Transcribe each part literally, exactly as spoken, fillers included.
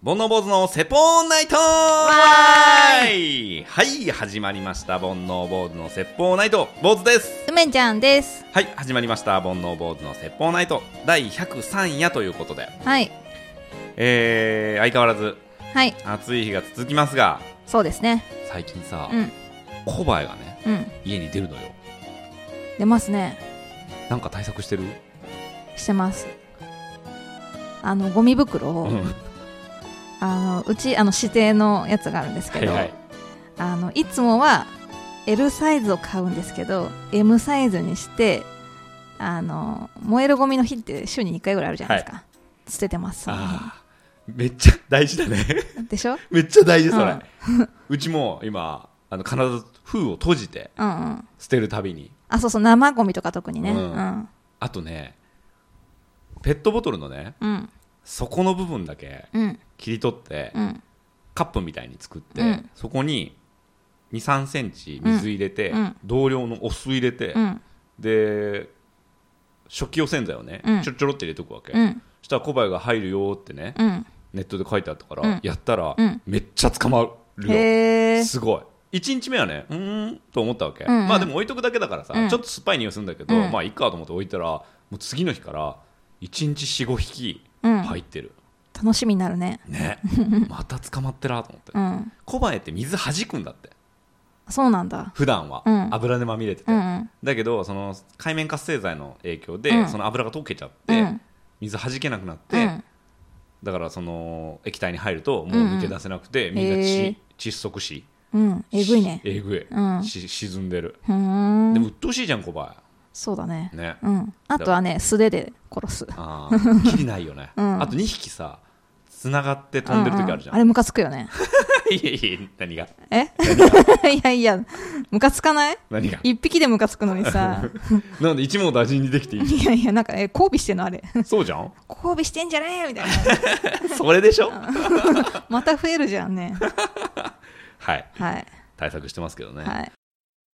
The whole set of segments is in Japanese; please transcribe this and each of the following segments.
煩悩坊主の説法ナイトわーい。はい、始まりました煩悩坊主の説法ナイト。坊主です。 梅ちゃんです。 はい、始まりました煩悩坊主の説法ナイトだいひゃくさん夜ということで、 はい、 えー、相変わらず、 はい、 暑い日が続きますが、 そうですね。 最近さ、 うん、 コバエがね、 うん、 家に出るのよ。 出ますね。 なんか対策してる？ してます。あのゴミ袋を、 うん、 あのうちあの指定のやつがあるんですけど、はいはい、あのいつもは エル サイズを買うんですけど エム サイズにして、あの燃えるゴミの日って週にいっかいぐらいあるじゃないですか、はい、捨ててます。 あ、めっちゃ大事だねでしょ。 めっちゃ大事それ、 うん、 うちも今あの必ず封を閉じて捨てるたびに、うんうん、 あ、そうそう、生ゴミとか特にね、 うんうん、 あとね、ペットボトルのね、うん、底の部分だけ切り取って、うん、カップみたいに作って、うん、そこに にさんセンチ水入れて、うん、同量のお酢入れて、うん、で食器用洗剤をね、うん、ちょろちょろって入れとくわけ、うん、そしたらコバエが入るよってね、うん、ネットで書いてあったから、うん、やったら、うん、めっちゃ捕まるよ。へー、すごい。いちにちめはね、うーんと思ったわけ、うんうん、まあでも置いとくだけだからさ、うん、ちょっと酸っぱい匂いするんだけど、うん、まあいいかと思って置いたら、もう次の日からいちにち よん,ご 匹入ってる、 うん、楽しみになるね。ねまた捕まってらと思って、うん、コバエって水弾くんだって。 そうなんだ。 普段は、うん、油でまみれてて、うんうん、だけどその海面活性剤の影響で、うん、その油が溶けちゃって、うん、水弾けなくなって、うん、だからその液体に入るともう抜け出せなくて、うんうん、みんな窒息死、 うん、えぐいね。 えぐい、うん、し沈んでる。でも鬱陶しいじゃんコバエ。 そうだ ね, ね、うん、あとはね素手で殺す。あきりないよね、うん、あとにひきさつながって飛んでる時あるじゃん、 うんうん、あれムカつくよねいやいや何がえいやいやムカつかない？何が一匹でムカつくのにさなんで一網打尽にできていい？ いやいやなんかえ交尾してんのあれ。 そうじゃん、 交尾してんじゃねえみたいなそれでしょまた増えるじゃんねはい、 はい、 対策してますけどね。 はい、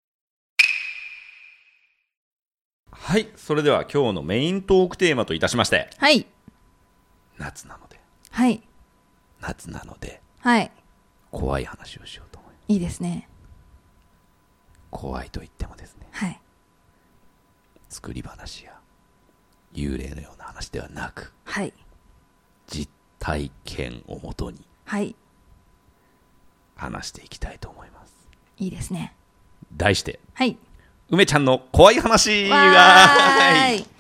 はい、それでは今日のメイントークテーマといたしまして、 はい、 夏なので、 はい、 夏なので、 はい、 怖い話をしようと思います。 いいですね。 怖いと言ってもですね、 はい、 作り話や幽霊のような話ではなく、 はい、 実体験をもとに、 はい、 話していきたいと思います。 いいですね。 題して、 はい、 梅ちゃんの怖い話。 わーい。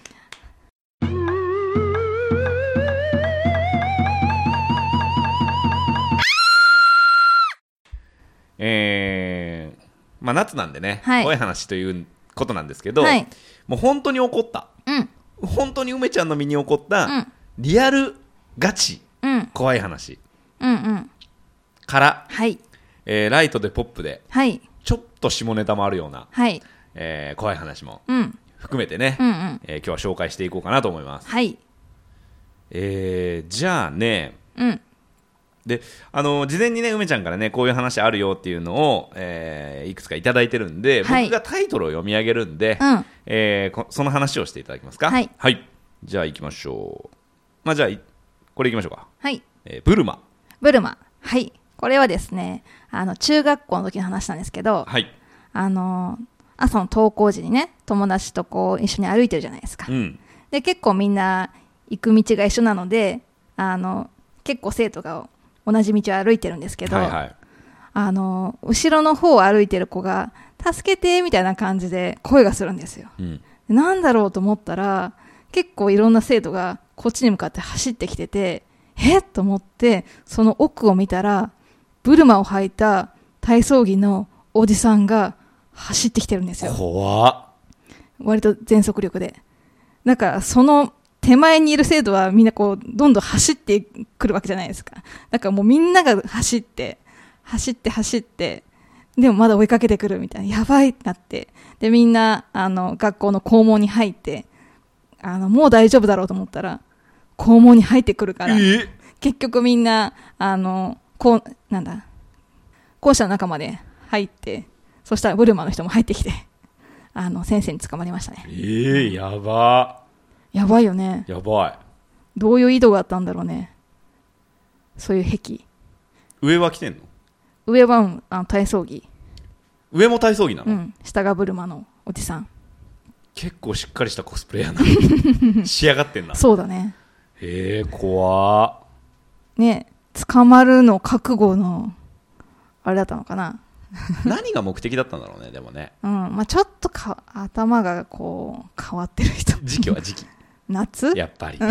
えー、まあ夏なんでね、 はい、 怖い話ということなんですけど、 はい、 もう本当に起こった、 うん、 本当に梅ちゃんの身に起こった、うん、リアルガチ、うん、怖い話、 うんうん、 から、 はい、 えー、ライトでポップで、 はい、 ちょっと下ネタもあるような、 はい、 えー、怖い話も含めてね、 うんうん、 えー、今日は紹介していこうかなと思います。 はい、 えー、じゃあね、 うん、 であの事前にね梅ちゃんからねこういう話あるよっていうのを、えー、いくつかいただいてるんで、はい、僕がタイトルを読み上げるんで、うん、えー、その話をしていただけますか。 はい、 はい、じゃあ行きましょう。まあじゃあこれ行きましょうか。 はい、 えー、ブルマ。 ブルマ、はい、これはですねあの中学校の時の話なんですけど、 はい、 あの朝の登校時にね友達とこう一緒に歩いてるじゃないですか、うん、で結構みんな行く道が一緒なのであの結構生徒が同じ道を歩いてるんですけど、はいはい、あの後ろの方を歩いてる子が助けてみたいな感じで声がするんですよ、うん、なんだろうと思ったら結構いろんな生徒がこっちに向かって走ってきててえっと思ってその奥を見たらブルマを履いた体操着のおじさんが走ってきてるんですよ。 怖っ。 割と全速力で。だからその手前にいる生徒はみんなこうどんどん走ってくるわけじゃないですか。だからもうみんなが走って走って走ってでもまだ追いかけてくるみたいなやばいってなってでみんなあの学校の校門に入ってあのもう大丈夫だろうと思ったら校門に入ってくるから、結局みんなあのこうなんだ校舎の中まで入ってそしたらブルマの人も入ってきてあの先生に捕まりましたね。 えー、やばやばいよね。 やばい。 どういう意図があったんだろうね。 そういう癖。 上は着てんの？ 上は、うん、あの体操着。 上も体操着なの？ うん、下がブルマのおじさん。 結構しっかりしたコスプレやな仕上がってんな。 そうだね。 へえ、怖ーね。捕まるの覚悟のあれだったのかな何が目的だったんだろうね。でもね、 うん、まあ、ちょっとか頭がこう変わってる人。 時期は時期夏やっぱり、 うん、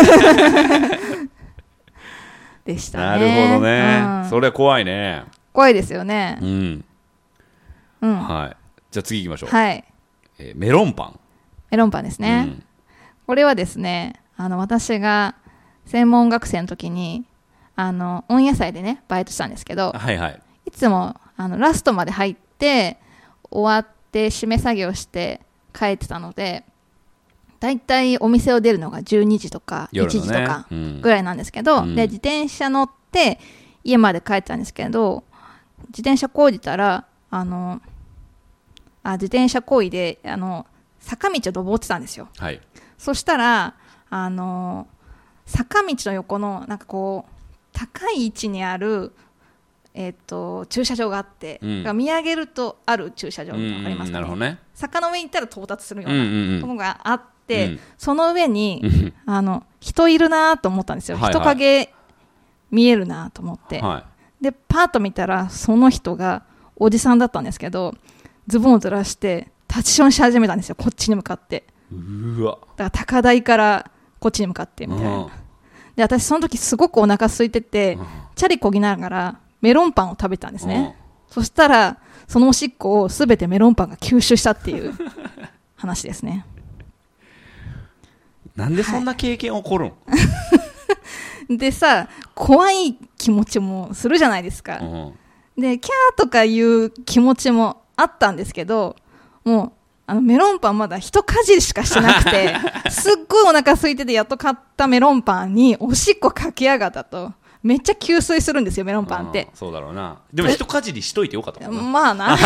でしたね。 なるほどね、うん、それは怖いね。 怖いですよね。 うん、うん、はい。じゃあ次行きましょう。 はい。 えー、メロンパン。 メロンパンですね、うん、これはですね、あの私が専門学生の時にあの温野菜でねバイトしたんですけど、 はいはい、 いつもあのラストまで入って終わって締め作業して帰ってたので、だいたいお店を出るのがじゅうにじとかいちじとかぐらいなんですけど、うん、で自転車乗って家まで帰ってたんですけど、自転車こいでたらあのあ自転車こいであの坂道を登ってたんですよ、 はい、 そしたらあの坂道の横のなんかこう高い位置にある、えー、と駐車場があって、うん、見上げるとある駐車場がありますかね、うんうん、ね、坂の上に行ったら到達するようなところがあって、うんうん、その上にあの人いるなと思ったんですよ、はいはい、人影見えるなと思って、はい、でパーッと見たらその人がおじさんだったんですけど、ズボンをずらして立ちションし始めたんですよ、こっちに向かって。 うわ、 だから高台からこっちに向かってみたいな。で私その時すごくお腹空いてて、チャリこぎながらメロンパンを食べたんですね。そしたらそのおしっこをすべてメロンパンが吸収したっていう話ですね。 なんでそんな経験起こるん、はい、 でさ、怖い気持ちもするじゃないですか、うん、でキャーとかいう気持ちもあったんですけど、もうあのメロンパンまだ一かじりしかしてなくてすっごいお腹空いててやっと買ったメロンパンにおしっこかけやがったと、めっちゃ吸水するんですよメロンパンって。 そうだろうな。でも一かじりしといてよかったもんな。 まあな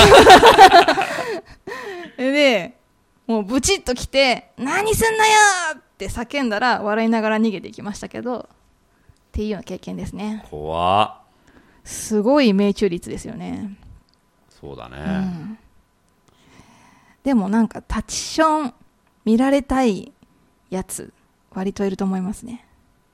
でもうブチッと来て何すんなよって叫んだら笑いながら逃げていきましたけど、っていうような経験ですね。 怖っ。 すごい命中率ですよね。 そうだね、うん、 でもなんかタッチション見られたいやつ割といると思いますね。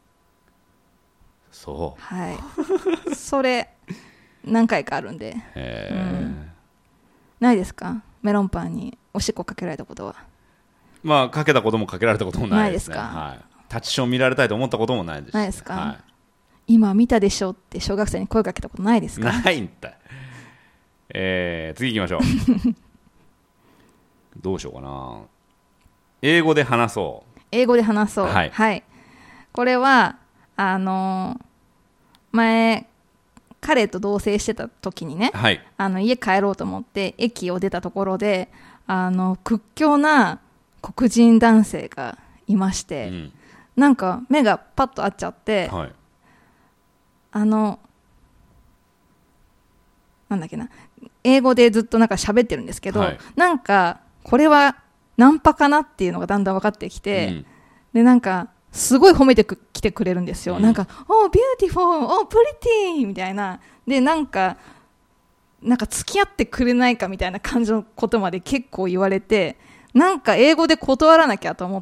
そう、 はいそれ何回かあるんで。 へー、うん、 ないですか、メロンパンにおしっこかけられたことは。 まあかけたこともかけられたこともないですね。 ないですか、 はい、タッチション見られたいと思ったこともないです。 ないですか、 はい、 今見たでしょって小学生に声かけたことないですか。 ないんだ。えー、次行きましょうどうしようかな。英語で話そう。 英語で話そう、 はい、 はい、これはあのー、前彼と同棲してた時にね、 はい、 あの家帰ろうと思って駅を出たところであの屈強な黒人男性がいまして、うん、なんか目がパッと合っちゃって、はい、あのなんだっけな、英語でずっとなんか喋ってるんですけど、はい、なんかこれはナンパかなっていうのがだんだん分かってきて、うん、でなんかすごい褒めてきてくれるんですよ、うん、なんかoh beautiful oh pretty みたいなで、なんかなんか付き合ってくれないかみたいな感じのことまで結構言われて、なんか英語で断らなきゃと思って、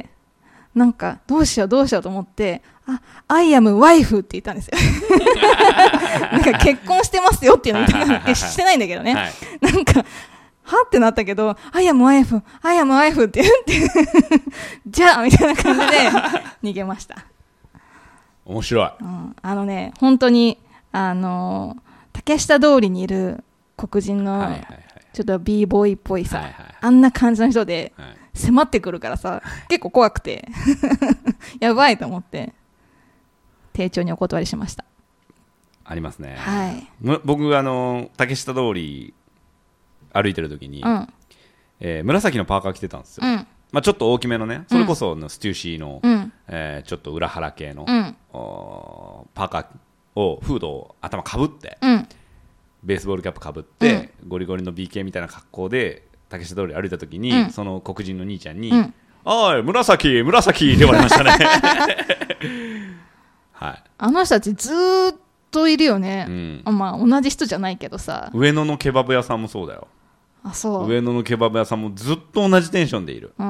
なんかどうしようどうしようと思って、あ I am wife って言ったんですよなんか結婚してますよっていうのをしてないんだけどね、はい、なんかはってなったけど I am wife I am wife って言ってじゃあみたいな感じで逃げました。 面白い、 うん、あのね本当にあの竹下通りにいる黒人のちょっと b ボーイっぽいさ、はいはいはい、あんな感じの人で迫ってくるからさ、はい、結構怖くてやばいと思って丁重にお断りしました。 ありますね、 はい、 僕あの竹下通り歩いてる時に、うんえー、紫のパーカー着てたんですよ、うんまあ、ちょっと大きめのね、それこそのステューシーの、うんえー、ちょっと裏腹系の、うん、パーカーをフードを頭かぶって、うん、ベースボールキャップかぶって、うん、ゴリゴリの ビーケー みたいな格好で竹下通り歩いた時に、うん、その黒人の兄ちゃんに、うん、おい紫紫って言われましたねはい、 あの人たちずーっといるよね、うん、まあ同じ人じゃないけどさ。 上野のケバブ屋さんもそうだよ。 あ、そう。 上野のケバブ屋さんもずっと同じテンションでいる、 うん、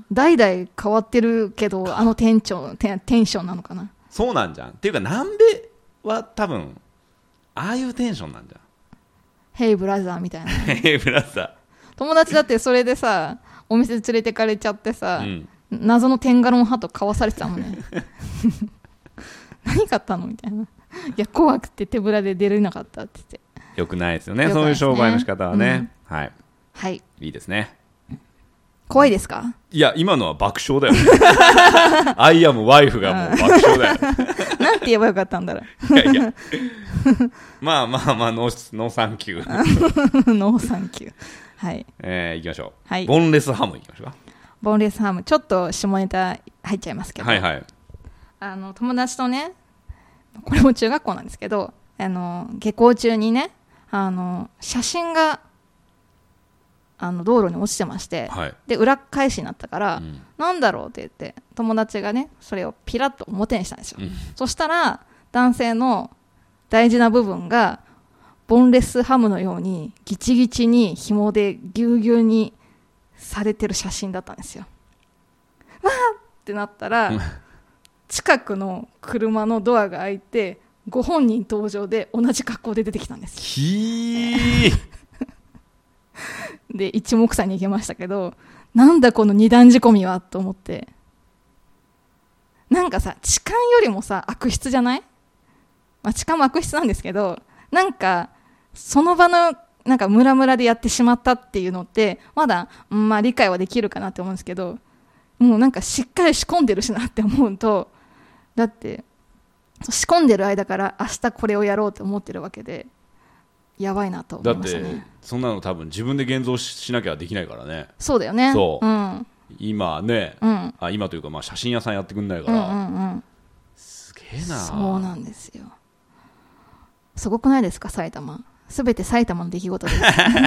代々変わってるけどあのテンション、テン、テンションなのかな。 そうなんじゃん。っていうか南米は多分ああいうテンションなんじゃん。 ヘイブラザーみたいなヘイブラザー。 友達だってそれでさお店連れてかれちゃってさ、うん、謎のテンガロンハット買わされてたもんね何買ったのみたいな。いや怖くて手ぶらで出れなかったって言って。 よくないですよね、そういう商売の仕方はね、うん、はい、 はい、 いいですね。 怖いですか？ いや今のは爆笑だよアイアムワイフがもう爆笑だよなんて言えばよかったんだろう。いやいやまあまあまあノー、ノーサンキューノーサンキュー。はい、 えー、いきましょう、 はい、 ボンレスハムいきましょうか。 ボンレスハムちょっと下ネタ入っちゃいますけど、 はいはい、 あの友達とね、これも中学校なんですけど、あの下校中にね、あの写真があの道路に落ちてまして、はい、で裏返しになったから、うん、なんだろうって言って友達がねそれをピラッと表にしたんですよ、うん、そしたら男性の大事な部分がボンレスハムのようにギチギチに紐でぎゅうぎゅうにされてる写真だったんですよ。わーってなったら近くの車のドアが開いてご本人登場で同じ格好で出てきたんです。 ひーで一目散に行けましたけど、なんだこの二段仕込みはと思って。なんかさ痴漢よりもさ悪質じゃない？まあ、痴漢も悪質なんですけど、なんかその場のなんかムラムラでやってしまったっていうのってまだ、まあ、理解はできるかなって思うんですけど、もうなんかしっかり仕込んでるしなって思うと、だって仕込んでる間から明日これをやろうと思ってるわけでやばいなと思いましたね。 だってそんなの多分自分で現像 し, しなきゃできないからね。 そうだよね。 そう、 うん、 今ね、うん、あ今というかまあ写真屋さんやってくんないから、 うんうんうん、 すげえな。 そうなんですよ。すごくないですか埼玉。すべて埼玉の出来事です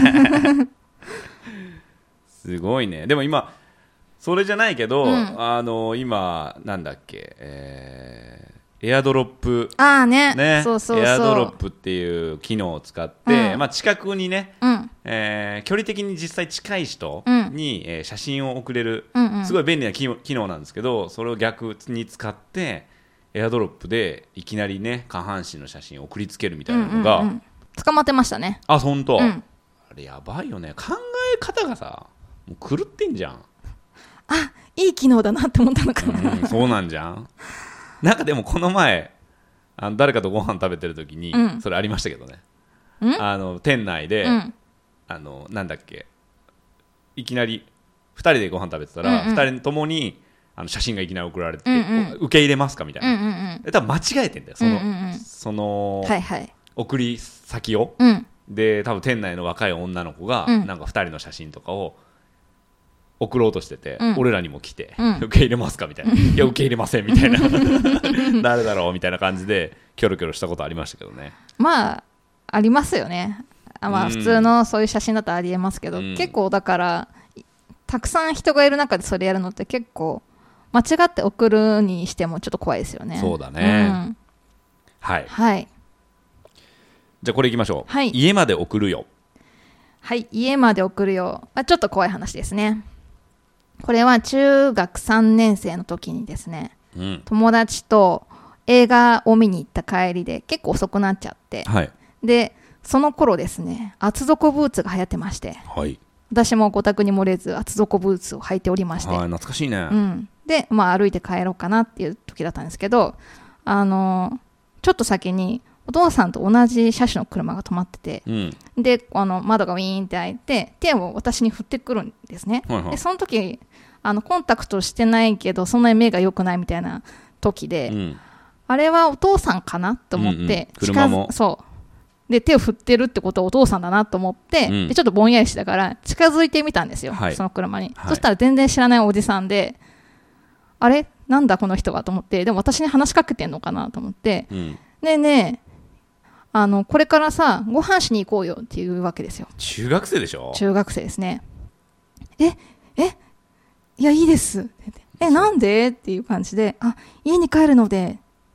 すごいね。でも今それじゃないけど、うん、あの今なんだっけ、えー、エアドロップ、 あーね、ね、そうそうそう、 エアドロップっていう機能を使って、うん、まあ、近くにね、 うん、 えー、距離的に実際近い人に、うん、えー、写真を送れる、 うんうん、 すごい便利な機能なんですけど、それを逆に使ってエアドロップでいきなりね下半身の写真を送りつけるみたいなのが、うんうんうん、 捕まってましたね。 あ、本当、 うん、 あれやばいよね。考え方がさもう狂ってんじゃん。 あ、いい機能だなって思ったのかな、 うん、そうなんじゃん。なんかでもこの前あの誰かとご飯食べてる時に、うん、それありましたけどね、 うん、 あの店内で、うん、あのなんだっけ、いきなりふたりでご飯食べてたら、うんうん、ふたりともにあの写真がいきなり送られて、うんうん、受け入れますかみたいな、 うんうんうん、 多分間違えてんだよその、 うんうんうん、 その、 はいはい、 送り先を、 うん、 で多分店内の若い女の子が、うん、なんかふたりの写真とかを送ろうとしてて、うん、俺らにも来て、うん、受け入れますかみたいな、いや受け入れませんみたいな誰だろうみたいな感じでキョロキョロしたことありましたけどね。 まあありますよね。あ、まあ、普通のそういう写真だとありえますけど、うん、結構だからたくさん人がいる中でそれやるのって結構間違って送るにしてもちょっと怖いですよね。 そうだね、うん、はい、 はい、 じゃあこれいきましょう、 はい、 家まで送るよ。 はい、家まで送るよ、あ、ちょっと怖い話ですね。これは中学さんねん生の時にですね、うん、友達と映画を見に行った帰りで結構遅くなっちゃって、 はい、 でその頃ですね厚底ブーツが流行ってまして、 はい、 私もご宅に漏れず厚底ブーツを履いておりまして、 はい、懐かしいね、 うん、で、まあ、歩いて帰ろうかなっていう時だったんですけど、あのちょっと先にお父さんと同じ車種の車が止まってて、 うん、 であの窓がウィーンって開いて手を私に振ってくるんですね、 はいはい、 でその時あのコンタクトしてないけどそんなに目が良くないみたいな時で、うん、あれはお父さんかなと思って、うんうん、 車もそうで手を振ってるってことはお父さんだなと思って、うん、でちょっとぼんやりしてたから近づいてみたんですよ、はい、その車に、はい、そしたら全然知らないおじさんで、あれなんだこの人がと思って、でも私に話しかけてんのかなと思って、うん、ねえねえあのこれからさご飯しに行こうよっていうわけですよ。 中学生でしょ。 中学生ですね。ええいやいいですってえなんでっていう感じで、あ家に帰るので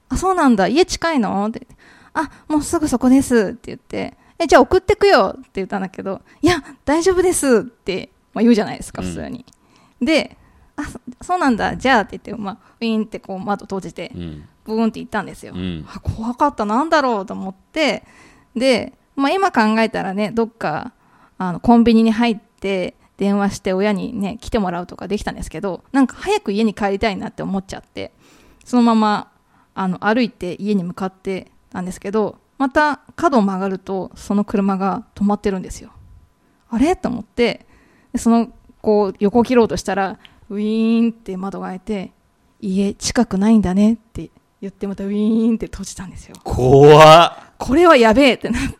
あ、そうなんだ、家近いのって。あ、もうすぐそこですって言って、え、じゃあ送ってくよって言ったんだけど、いや、大丈夫ですって、まあ、言うじゃないですか、普通に。うん、で、あ、そうなんだ、じゃあって言って、まあ、ウィーンってこう窓閉じて、うん、ブーンって行ったんですよ。うん、あ、怖かった、なんだろうと思って、で、まあ、今考えたらね、どっかあのコンビニに入って電話して親にね来てもらうとかできたんですけど、なんか早く家に帰りたいなって思っちゃって、そのままあの歩いて家に向かってたんですけど、また角を曲がるとその車が止まってるんですよ。あれと思って、そのこう横切ろうとしたらウィーンって窓が開いて、家近くないんだねって言って、またウィーンって閉じたんですよ。 怖っ。 これはやべえってなって、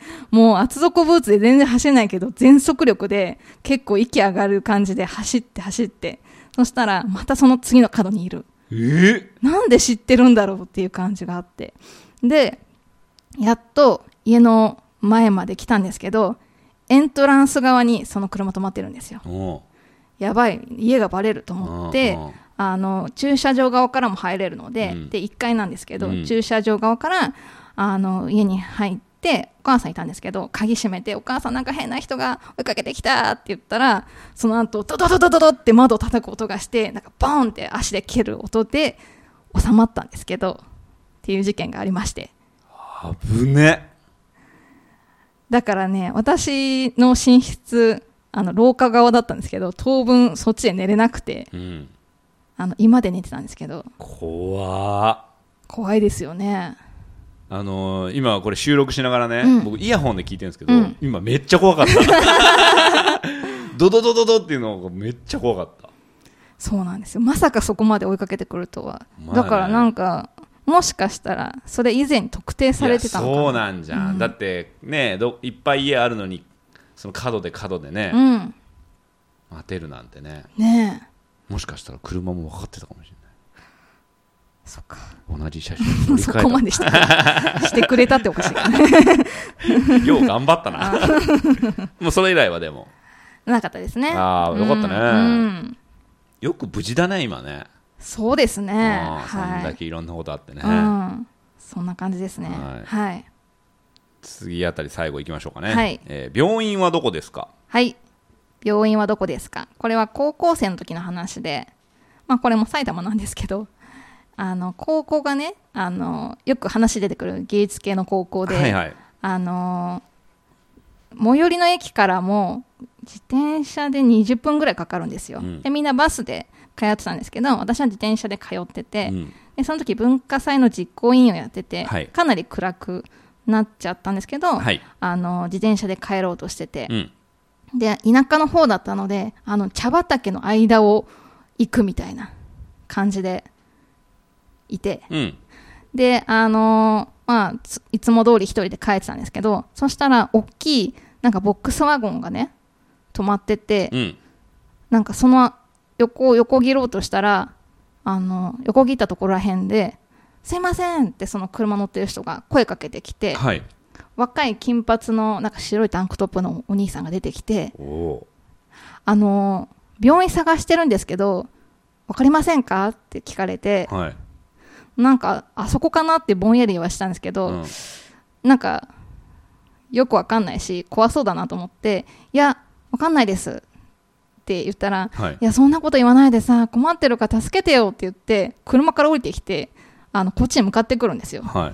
もう厚底ブーツで全然走れないけど全速力で結構息上がる感じで走って走って、そしたらまたその次の角にいる。 えー、 なんで知ってるんだろうっていう感じがあって、でやっと家の前まで来たんですけど、エントランス側にその車止まってるんですよ。やばい、家がバレると思って、あの駐車場側からも入れるので、うん、でいっかいなんですけど、うん、駐車場側からあの家に入ってお母さんいたんですけど、鍵閉めて、お母さんなんか変な人が追いかけてきたって言ったら、その後ドドドドドドって窓を叩く音がして、なんかボーンって足で蹴る音で収まったんですけどっていう事件がありまして。 危ね。 だからね、私の寝室あの廊下側だったんですけど、当分そっちで寝れなくて、うん、あの今で寝てたんですけど。 怖怖いですよね。 あのー、今これ収録しながらね、うん、僕イヤホンで聞いてるんですけど、うん、今めっちゃ怖かったドドドドドっていうのがめっちゃ怖かった。 そうなんですよ。まさかそこまで追いかけてくるとは、まあね、だからなんかもしかしたらそれ以前に特定されてたのかな。 そうなんじゃん、うん、だってねどいっぱい家あるのにその角で角でね、うん、待てるなんてね。 ねえ、 もしかしたら車も分かってたかもしれない。 そっか、 同じ写真そこまでしてしてくれたっておかしいよう頑張ったなもうそれ以来はでもなかったですね。 ああよかったね、うんうん、よく無事だね今ね。 そうですね、 はい、そんだけいろんなことあってね、 うん、そんな感じですね。はい、はい、 次あたり最後いきましょうかね。 はい、 えー、病院はどこですか。 はい、病院はどこですか。これは高校生の時の話で、まあこれも埼玉なんですけど、あの高校がね、あのよく話出てくる芸術系の高校で、はいはい、あの最寄りの駅からも自転車でにじゅっぷんぐらいかかるんですよ、うん、でみんなバスで通ってたんですけど、私は自転車で通ってて、うん、でその時文化祭の実行委員をやってて、はい、かなり暗くなっちゃったんですけど、はい、あの自転車で帰ろうとしてて、うん、で田舎の方だったので、あの茶畑の間を行くみたいな感じでいて、うん、であのーまあ、いつも通り一人で帰ってたんですけど、そしたら大きいなんかボックスワゴンがね止まってて、うん、なんかその横を横切ろうとしたら、あの横切ったところらへんで、すいませんってその車乗ってる人が声かけてきて、はい、若い金髪のなんか白いタンクトップのお兄さんが出てきて、あの病院探してるんですけど分かりませんかって聞かれて、はい、なんかあそこかなってぼんやりはしたんですけど、うん、なんかよくわかんないし怖そうだなと思って、いやわかんないですって言ったら、はい、いやそんなこと言わないでさ、困ってるから助けてよって言って車から降りてきて、あのこっちに向かってくるんですよ、はい、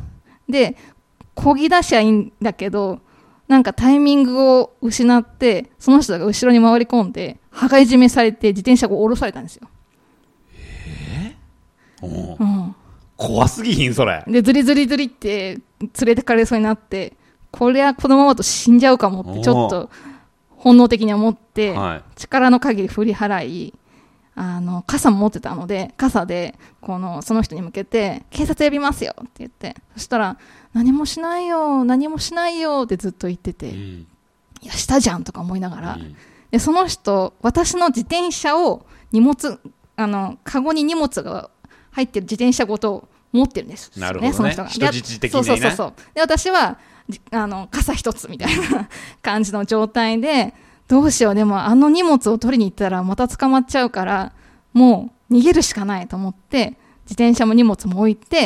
で漕ぎ出しゃいいんだけど、なんかタイミングを失ってその人が後ろに回り込んで羽交い締めされて自転車を降ろされたんですよ。 えーうん、怖すぎひんそれで、ズリズリズリって連れてかれそうになって、これはこのままだと死んじゃうかもってちょっと本能的に思って、はい、力の限り振り払い、あの傘も持ってたので傘でこのその人に向けて警察呼びますよって言って、そしたら何もしないよ何もしないよってずっと言ってて、うん、いやしたじゃんとか思いながら、うん、でその人私の自転車を荷物あのカゴに荷物が入ってる自転車ごと持ってるんです、 ね、なるほどね、その人が人質的にね。 そうそうそうで私はあの傘一つみたいな感じの状態で、どうしよう、でもあの荷物を取りに行ったらまた捕まっちゃうからもう逃げるしかないと思って、自転車も荷物も置いて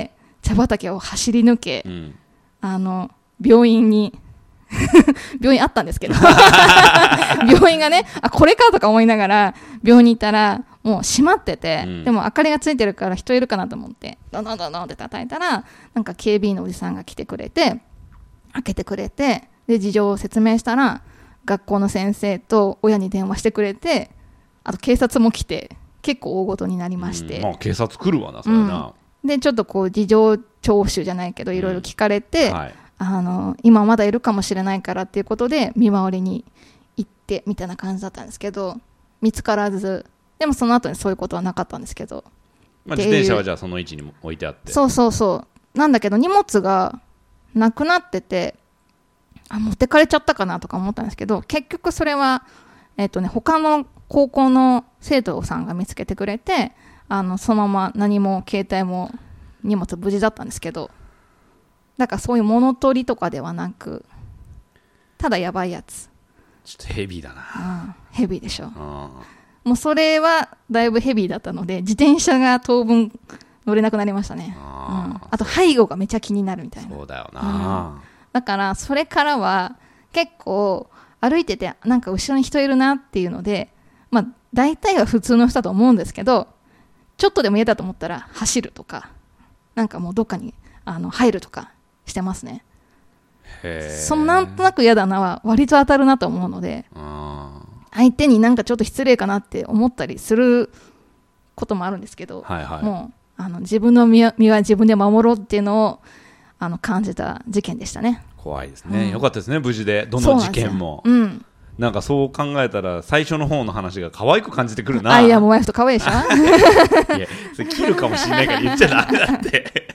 茶畑を走り抜け、 うん、 あの病院に病院あったんですけど病院がね、あこれかとか思いながら病院に行ったらもう閉まってて、うん、でも明かりがついてるから人いるかなと思ってドンドンドンドンって叩いたら、なんか警備員のおじさんが来てくれて開けてくれて、で事情を説明したら学校の先生と親に電話してくれて、あと警察も来て結構大ごとになりまして、 うん、まあ警察来るわなそれな、 うん、でちょっとこう事情聴取じゃないけどいろいろ聞かれて、うんはい、あの今まだいるかもしれないからっていうことで見回りに行ってみたいな感じだったんですけど、見つからず、でもその後にそういうことはなかったんですけど、 まあ、自転車はじゃあその位置に置いてあって、 そうそうそうなんだけど荷物がなくなってて、あ持ってかれちゃったかなとか思ったんですけど、結局それは、えっとね、他の高校の生徒さんが見つけてくれて、あのそのまま何も携帯も荷物無事だったんですけど、だからそういう物取りとかではなく、ただやばいやつ。 ちょっとヘビーだな、 うん、ヘビーでしょ。もうそれはだいぶヘビーだったので、自転車が当分乗れなくなりましたね。あ、うん、あと背後がめちゃ気になるみたいな。 そうだよな、 うん、だからそれからは結構歩いててなんか後ろに人いるなっていうので、まあ大体は普通の人だと思うんですけど、ちょっとでも嫌だと思ったら走るとか、なんかもうどっかにあの入るとかしてますね。へー、そのなんとなく嫌だなは割と当たるなと思うので、あ相手になんかちょっと失礼かなって思ったりすることもあるんですけど、はいはい、もうあの自分の身は、身は自分で守ろうっていうのをあの感じた事件でしたね。 怖いですね、うん、よかったですね無事で。どの事件もな、うん、なんかそう考えたら最初の方の話が可愛く感じてくるな。 アイアムワイフと可愛いでしょいやそれ切るかもしれないから言っちゃダメだって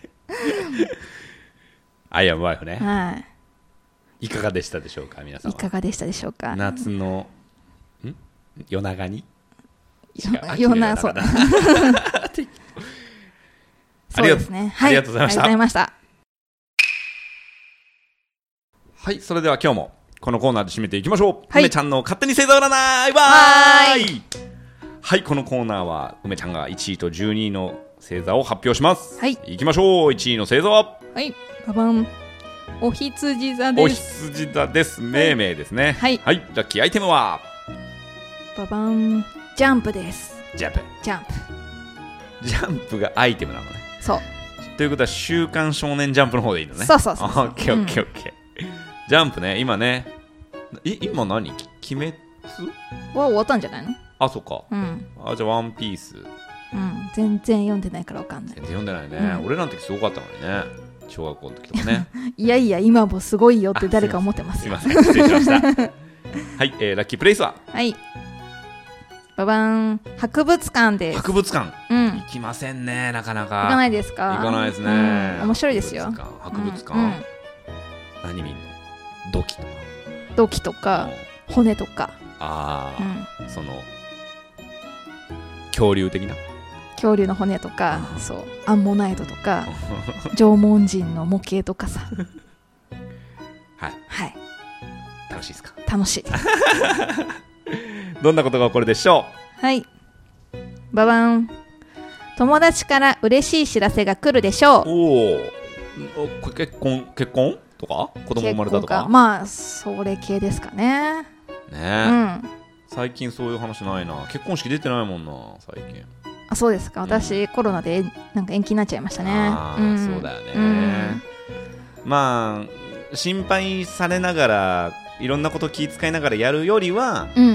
アイアムワイフね、はい、いかがでしたでしょうか皆さんは。 いかがでしたでしょうか。 夏のん夜長に夜長そうそうですね、はい、 ありがとうございました。 ありがとうございました。 はい、それでは今日もこのコーナーで締めていきましょう。 はい、 梅ちゃんの勝手に星座占い。わーい。はい、このコーナーは梅ちゃんがいちいとじゅうにいの星座を発表します。はい、いきましょう。いちいの星座は、 はい、ババン、お羊座です。 お羊座です。命名ですね。はい、はい、ラッキーアイテムはババン、ジャンプです。 ジャンプジャンプジャンプがアイテムなのね。 そうということは週刊少年ジャンプの方でいいのね。 そうそうそうそう。 オッケーオッケーオッケー。ジャンプね、今ね、い今何鬼滅は終わったんじゃないの。 あ、そっか、 うん、 あじゃあワンピース、うん、 全然読んでないから分かんない。 全然読んでないね、うん、俺らの時すごかったのにね、小学校の時とかねいやいや今もすごいよって誰か思ってますよ。 すいません失礼しましたはい、えー、ラッキープレイスは、 はいババン、博物館です。 博物館、 うん、 行きませんね、なかなか。 行かないですか。 行かないですね、 うん、面白いですよ。 博物館、うんうん、何見んの。土器とか土器とか、うん、骨とか、 ああ、うん、その恐竜的な恐竜の骨とか、そうアンモナイトとか縄文人の模型とかさはい、 はい、 楽しいですか。 楽しいどんなことが起こるでしょう。はい、ババン、友達から嬉しい知らせが来るでしょう。 おお、結婚結婚とか子供生まれたとか。 まあそれ系ですかね。 ねえ、うん、最近そういう話ないな。結婚式出てないもんな最近。 あ、そうですか。私、うん、コロナでなんか延期になっちゃいましたね。 あ、うん、そうだよね、うん、まあ心配されながらいろんなこと気遣いながらやるよりは、うんうん、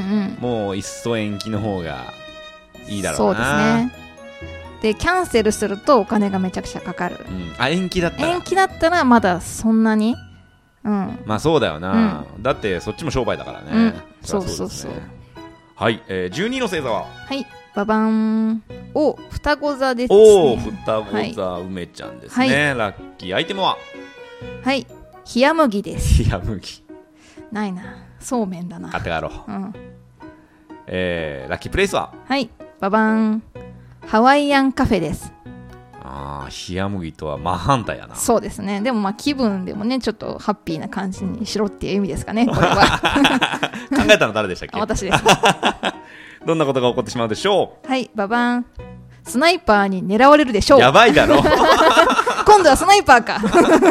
もういっそ延期の方がいいだろうな。 そうですね。でキャンセルするとお金がめちゃくちゃかかる、 うん、あ延期だったら延期だったらまだそんなに、うん、 まあそうだよな、うん、だってそっちも商売だからね、うん、 そうそうそう。 はい、えー、じゅうにいの星座は、 はいババン、お双子座ですね。 お双子座、はい、梅ちゃんですね、はい、ラッキーアイテムは、 はい冷麦です。 冷麦ないな、そうめんだな。 買ってやろう、うん、えー、ラッキープレイスは、 はいババン、ハワイアンカフェです。 ああ、冷麦とは真反対やな。 そうですね。でもまあ気分でもねちょっとハッピーな感じにしろっていう意味ですかねこれは考えたの誰でしたっけ。 私ですどんなことが起こってしまうでしょう。 はいババン、スナイパーに狙われるでしょう。 やばいだろ今今度はスナイパーか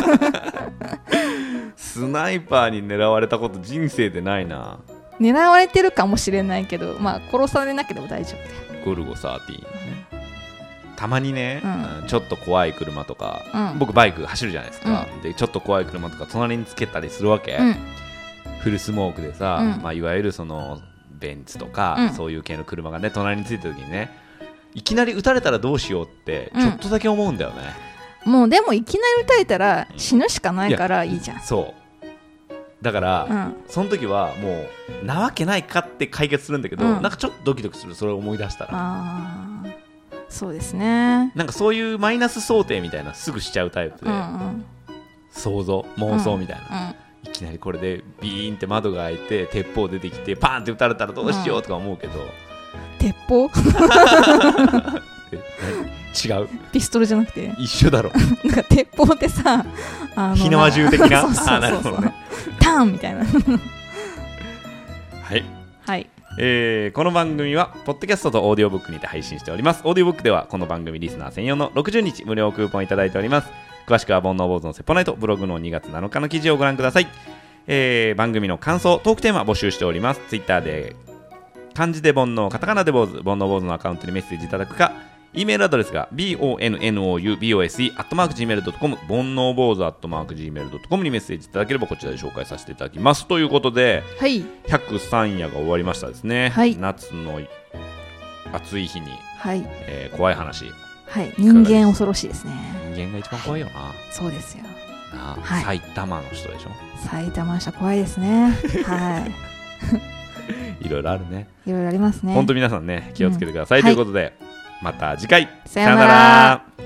スナイパーに狙われたこと人生でないな。 狙われてるかもしれないけど、まあ殺されなければ大丈夫だよ。 ゴルゴじゅうさんね、うん、たまにね、うん、ちょっと怖い車とか、うん、僕バイク走るじゃないですか、うん、でちょっと怖い車とか隣につけたりするわけ、うん、フルスモークでさ、うん、まあ、いわゆるそのベンツとか、うん、そういう系の車がね隣についた時にね、いきなり撃たれたらどうしようってちょっとだけ思うんだよね、 うん、もうでもいきなり撃たれたら死ぬしかないからいいじゃん。 そうだから、うん、その時はもうなわけないかって解決するんだけど、うん、なんかちょっとドキドキする、それを思い出したら。 あ、そうですね。 なんかそういうマイナス想定みたいなすぐしちゃうタイプで、うんうん、想像妄想みたいな、うんうん、いきなりこれでビーンって窓が開いて鉄砲出てきてパーンって撃たれたらどうしようとか思うけど、うん、 鉄砲違う、 ピストルじゃなくて一緒だろなんか鉄砲ってさ、あの火縄銃的なそうそうそうそう、あ、なるほどね、ターンみたいなはい、 はい、 えー、この番組はポッドキャストとオーディオブックにて配信しております。オーディオブックではこの番組リスナー専用のろくじゅうにち無料クーポンいただいております。詳しくは煩悩坊主のセポナイトブログのにがつなのかの記事をご覧ください。えー、番組の感想トークテーマ募集しております。ツイッターで漢字で煩悩、カタカナで坊主、煩悩坊主のアカウントにメッセージいただくか、E メールアドレスが ボンノボーズ アットマーク ジーメールドットコム 煩悩坊主 アットマーク ジーメールドットコム にメッセージいただければこちらで紹介させていただきますということで、 はい、 ひゃくさん夜が終わりましたですね、はい、夏の暑い日に、はい、えー、怖い話、 はい、人間恐ろしいですね。 人間が一番怖いよな、 はい、そうですよな、はい、埼玉の人でしょ。 埼玉の人怖いですねはいいろいろあるね。 いろいろありますね。 本当皆さんね気をつけてください、うん、ということで、はい、また次回さよなら。